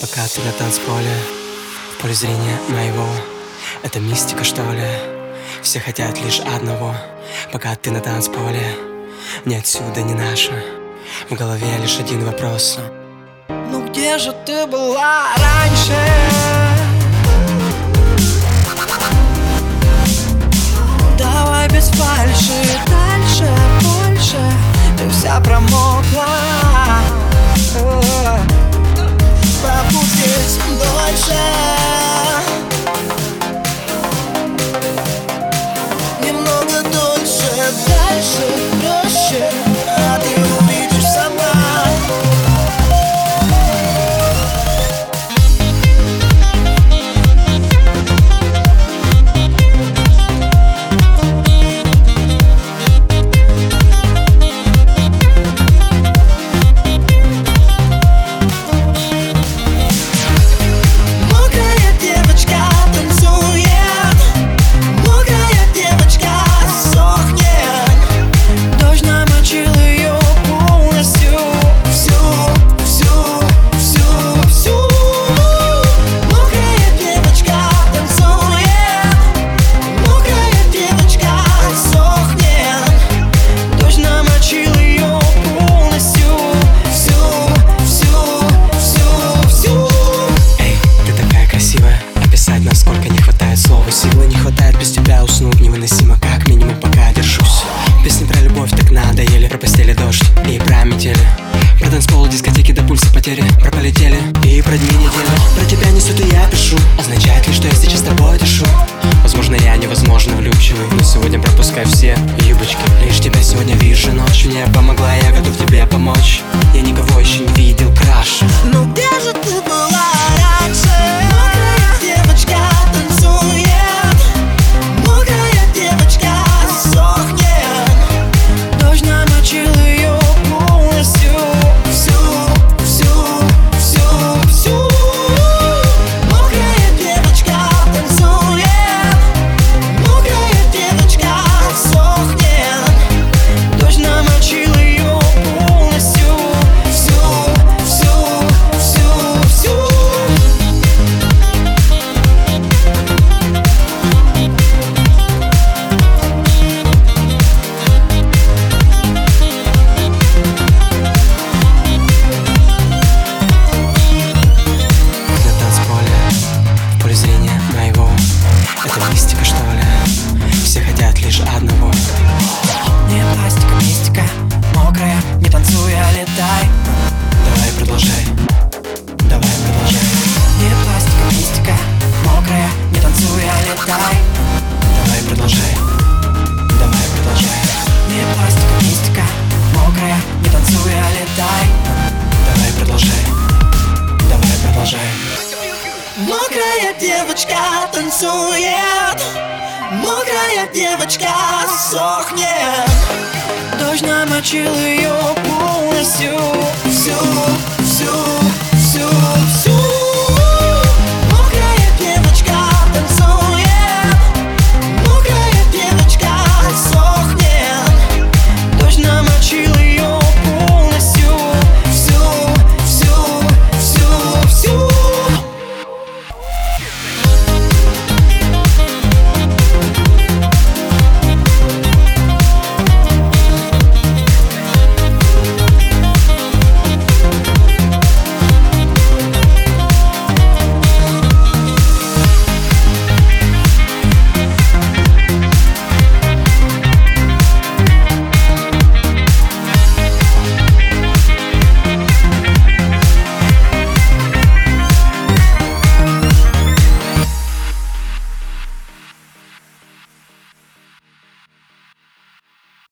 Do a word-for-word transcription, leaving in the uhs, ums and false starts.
Пока ты на танцполе, в поле зрения моего. Это мистика, что ли? Все хотят лишь одного. Пока ты на танцполе, ни отсюда, ни наша. В голове лишь один вопрос: ну где же ты была раньше? Давай без фальши, дальше, больше. Ты вся промокла, побудешь дольше. Немного дольше, дальше, проще, а ты увидишь сама. Насколько не хватает слова, силы не хватает, без тебя уснуть невыносимо, как минимум пока держусь. Песни про любовь так надоели, про постели дождь и про метели, про танцпол, дискотеки до пульса потери, про полетели и про дни недели. Про тебя несут и я пишу, означает ли, что я сейчас с тобой дышу? Возможно, я невозможно влюбчивый, но сегодня пропускай все юбочки. Лишь тебя сегодня вижу ночью, мне помогла, я готов тебе помочь. Я никого еще не видел краше. Ну где же ты была раньше? Девочка танцует, мокрая девочка сохнет. Дождь намочил ее полностью, всю, всю, всю, всю. Мокрая девочка танцует, мокрая девочка сохнет. Дождь намочил ее полностью, всю, всю, всю, всю. Это мистика, что ли? Все хотят лишь одного. Не пластика, мистика, мокрая, не танцуя, летай. Давай продолжай, давай продолжай. Не пластика, мистика, мокрая, не танцуя, летай. Давай продолжай, давай продолжай. Не пластика, мистика, мокрая, не танцуя, летай. Давай продолжай, давай продолжай. Мокрая девочка танцует, мокрая девочка сохнет. Дождь намочил ее полностью, всю, всю, всю, всю.